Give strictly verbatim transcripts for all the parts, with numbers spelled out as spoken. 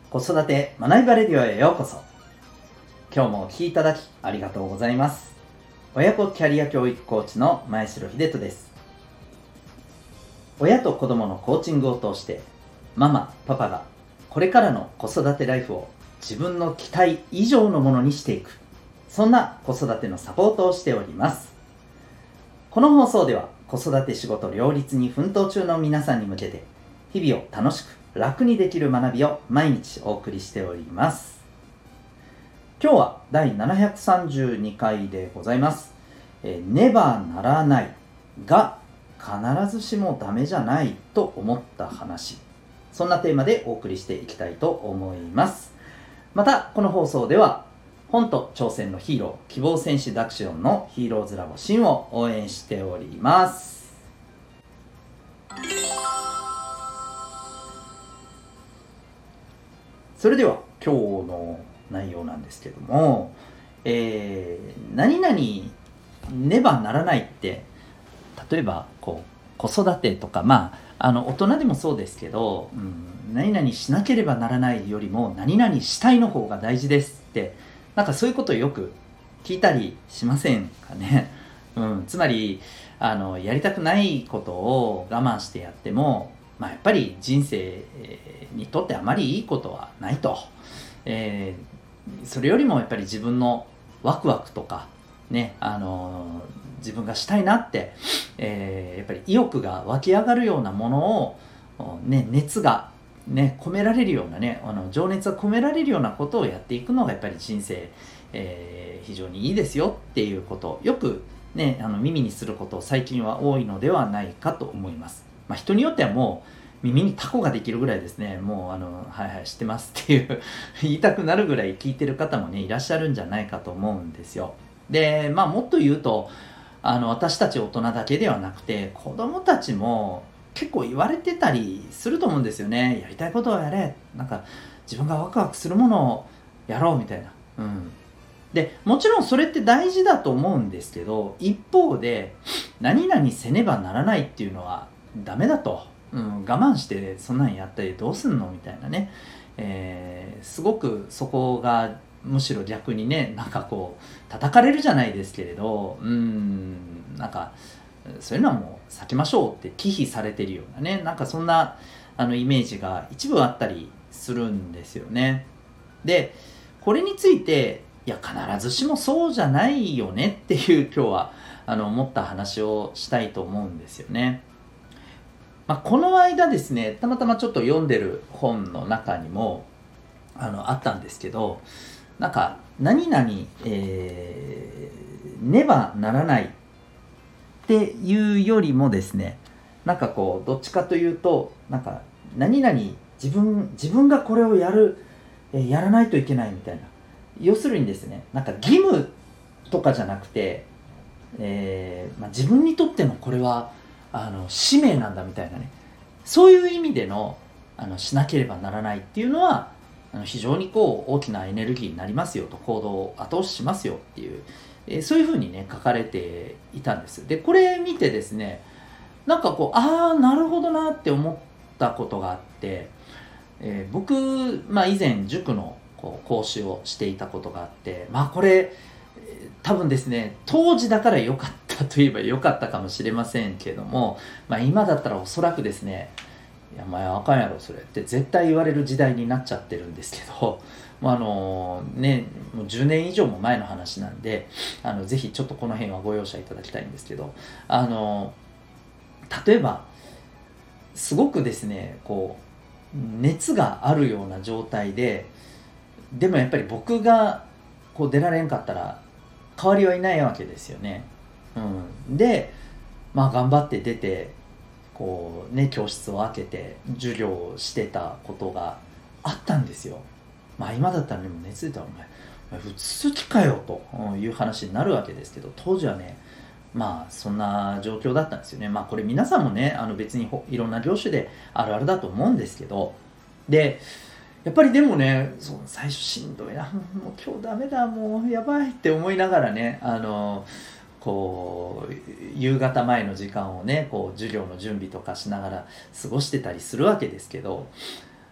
子育て学びバレディオへようこそ。今日もお聞きいただきありがとうございます。親子キャリア教育コーチの前城秀人です。親と子供のコーチングを通してママパパがこれからの子育てライフを自分の期待以上のものにしていく、そんな子育てのサポートをしております。この放送では子育て仕事両立に奮闘中の皆さんに向けて日々を楽しく楽にできる学びを毎日お送りしております。今日はだいななひゃくさんじゅうにかいでございます。えー、ねばならないが必ずしもダメじゃないと思った話、そんなテーマでお送りしていきたいと思います。またこの放送では本と挑戦のヒーロー、希望戦士ダクシオンのヒーローズラボシンを応援しております。それでは今日の内容なんですけども、えー、何々ねばならないって、例えばこう子育てとか、まああの大人でもそうですけど、うん、何々しなければならないよりも何々したいの方が大事ですって、なんかそういうことをよく聞いたりしませんかね。うん、つまりあのやりたくないことを我慢してやっても、まあ、やっぱり人生にとってあまりいいことはないと、えー、それよりもやっぱり自分のワクワクとかね、あの自分がしたいなって、えー、やっぱり意欲が湧き上がるようなものを、ね、熱がね、込められるようなね、あの情熱が込められるようなことをやっていくのがやっぱり人生、えー、非常にいいですよっていうことをよくね、あの耳にすること最近は多いのではないかと思います。まあ、人によってはもう耳にタコができるぐらいですね、もうあのはいはい知ってますっていう言いたくなるぐらい聞いてる方もねいらっしゃるんじゃないかと思うんですよ。で、まあもっと言うと、あの私たち大人だけではなくて子供たちも結構言われてたりすると思うんですよね。やりたいことをやれ、なんか自分がワクワクするものをやろうみたいな。うん。で、もちろんそれって大事だと思うんですけど、一方で何々せねばならないっていうのはダメだと、うん、我慢してそんなんやったりどうすんのみたいなね、えー、すごくそこがむしろ逆にね、なんかこう叩かれるじゃないですけれど、うーん、なんかそういうのはもう避けましょうって忌避されてるようなね、なんかそんなあのイメージが一部あったりするんですよね。で、これについていや必ずしもそうじゃないよねっていう今日はあの思った話をしたいと思うんですよね。まあ、この間ですね、たまたまちょっと読んでる本の中にもあのあったんですけど、なんか何々、えー、ねばならないっていうよりもですね、なんかこうどっちかというと、なんか何々自分自分がこれをやる、えー、やらないといけないみたいな、要するにですね、なんか義務とかじゃなくて、えーまあ、自分にとってのこれはあの使命なんだみたいなね、そういう意味での、あのしなければならないっていうのはあの非常にこう大きなエネルギーになりますよと、行動を後押ししますよっていう、えー、そういうふうにね書かれていたんです。で、これ見てですね、なんかこうああなるほどなって思ったことがあって、えー、僕、まあ、以前塾のこう講師をしていたことがあって、まあこれ多分ですね、当時だから良かったといえば良かったかもしれませんけども、まあ、今だったらおそらくですね、いや、前あかんやろそれって絶対言われる時代になっちゃってるんですけど、まあ、あのね、もうじゅうねん以上も前の話なんで、あのぜひちょっとこの辺はご容赦いただきたいんですけど、あの例えばすごくですね、こう熱があるような状態で、でもやっぱり僕がこう出られんかったら代わりはいないわけですよね。うん、で、まあ頑張って出てこうね、教室を開けて授業をしてたことがあったんですよ。まあ今だったらね、もう熱出たらお前お前普通気かよという話になるわけですけど、当時はね、まあそんな状況だったんですよね。まあこれ皆さんもね、あの別にいろんな業種であるあるだと思うんですけど、でやっぱりでもね、そう最初しんどいな、もう今日ダメだ、もうやばいって思いながらね、あのこう夕方前の時間をね、こう授業の準備とかしながら過ごしてたりするわけですけど、やっ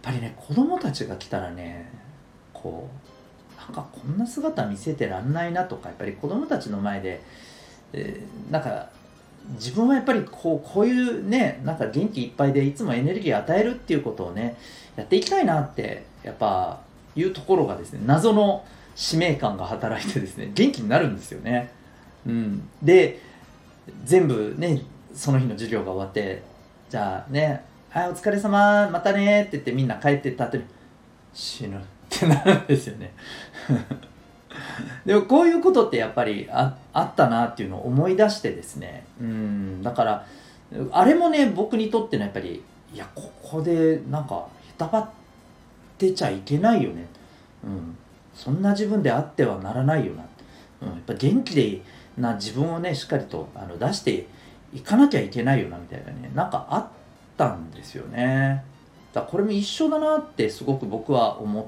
ぱりね子供たちが来たらねこうなんかこんな姿見せてらんないなとか、やっぱり子供たちの前で、えー、なんか自分はやっぱりこうこういうねなんか元気いっぱいでいつもエネルギーを与えるっていうことをねやっていきたいなってやっぱいうところがですね、謎の使命感が働いてですね元気になるんですよね。うん、で全部ねその日の授業が終わって、じゃあねはいお疲れ様またねって言ってみんな帰ってった後に死ぬってなるんですよねでもこういうことってやっぱり あ, あったなっていうのを思い出してですね、うんだからあれもね僕にとってのやっぱりいやここでなんかへたばってちゃいけないよね、うん、そんな自分であってはならないよな、うん、やっぱ元気でな自分をねしっかりとあの出していかなきゃいけないよなみたいなねなんかあったんですよね。だからこれも一緒だなってすごく僕は思って、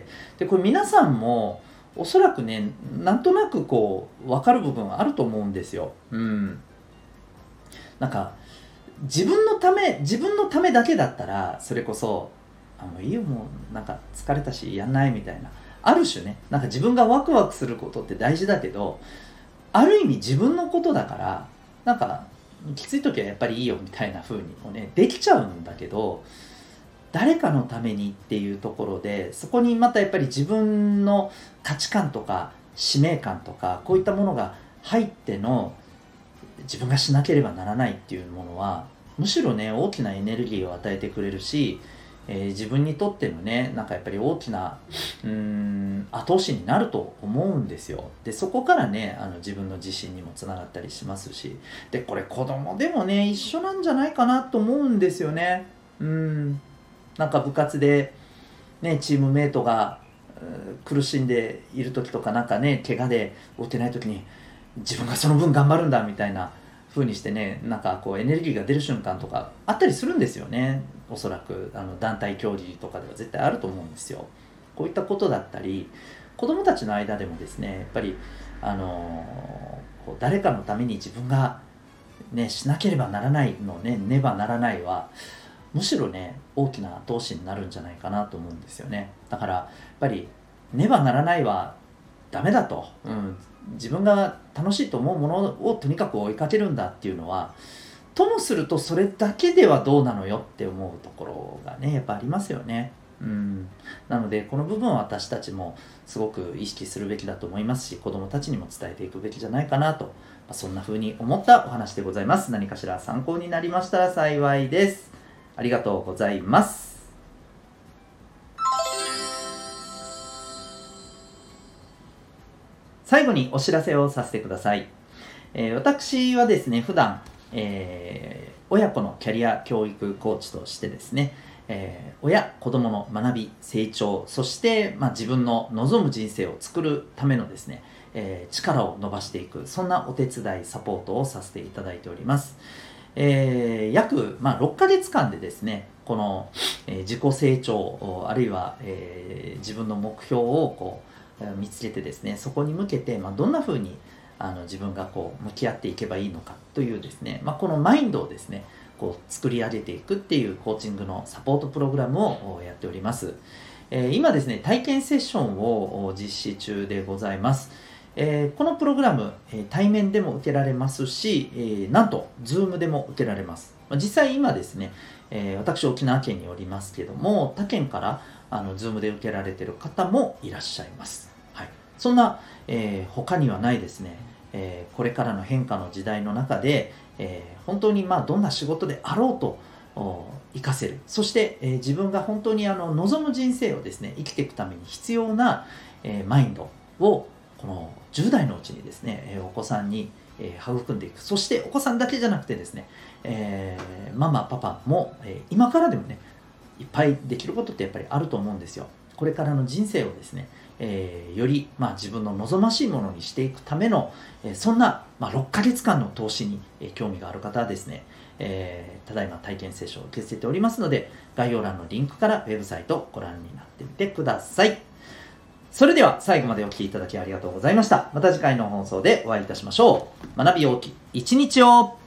でこれ皆さんもおそらくねなんとなくこう分かる部分はあると思うんですよ。うん、なんか自分のため自分のためだけだったらそれこそあもういいよもうなんか疲れたしやんないみたいな、ある種ねなんか自分がワクワクすることって大事だけど、ある意味自分のことだからなんかきつい時はやっぱりいいよみたいな風にもねできちゃうんだけど、誰かのためにっていうところでそこにまたやっぱり自分の価値観とか使命感とかこういったものが入っての自分がしなければならないっていうものはむしろね大きなエネルギーを与えてくれるし、えー、自分にとってのねなんかやっぱり大きなうーん後押しになると思うんですよ。でそこからねあの自分の自信にもつながったりしますし、でこれ子供でもね一緒なんじゃないかなと思うんですよね。うんなんか部活でねチームメイトが苦しんでいる時とかなんかね怪我で負ってない時に自分がその分頑張るんだみたいな風にしてねなんかこうエネルギーが出る瞬間とかあったりするんですよね。おそらくあの団体競技とかでは絶対あると思うんですよ。こういったことだったり子どもたちの間でもですねやっぱりあのー、こう誰かのために自分がねしなければならないのねねばならないはむしろね大きな後押しになるんじゃないかなと思うんですよね。だからやっぱりねばならないはダメだと、うん、自分が楽しいと思うものをとにかく追いかけるんだっていうのはともするとそれだけではどうなのよって思うところがねやっぱありますよね。うん、なのでこの部分は私たちもすごく意識するべきだと思いますし、子どもたちにも伝えていくべきじゃないかなと、まあ、そんな風に思ったお話でございます。何かしら参考になりましたら幸いです。ありがとうございます。最後にお知らせをさせてください。えー、私はですね普段、えー、親子のキャリア教育コーチとしてですね、えー、親子供の学び成長そして、まあ、自分の望む人生を作るためのですね、えー、力を伸ばしていくそんなお手伝いサポートをさせていただいております。えー、約、まあ、ろっかげつかんでですねこの、えー、自己成長あるいは、えー、自分の目標をこう見つけてですねそこに向けて、まあ、どんな風にあの自分がこう向き合っていけばいいのかというですね、まあ、このマインドをですねこう作り上げていくっていうコーチングのサポートプログラムをやっております。えー、今ですね体験セッションを実施中でございます。えー、このプログラム、えー、対面でも受けられますし、えー、なんと Zoom でも受けられます。まあ、実際今ですね、えー、私沖縄県におりますけども他県からあの Zoom で受けられている方もいらっしゃいます。はい、そんな、えー、他にはないですね、えー、これからの変化の時代の中で、えー、本当にまあどんな仕事であろうと活かせる、そして、えー、自分が本当にあの望む人生をですね生きていくために必要な、えー、マインドをこのじゅう代のうちにですねお子さんに育んでいく。そしてお子さんだけじゃなくてですね、えー、ママパパも、えー、今からでもねいっぱいできることってやっぱりあると思うんですよ。これからの人生をですね、えー、より、まあ、自分の望ましいものにしていくための、えー、そんな、まあ、ろっかげつかんの投資に、えー、興味がある方はですね、えー、ただいま体験セッションを受け付けておりますので概要欄のリンクからウェブサイトをご覧になってみてください。それでは最後までお聞きいただきありがとうございました。また次回の放送でお会いいたしましょう。学び大きい一日を。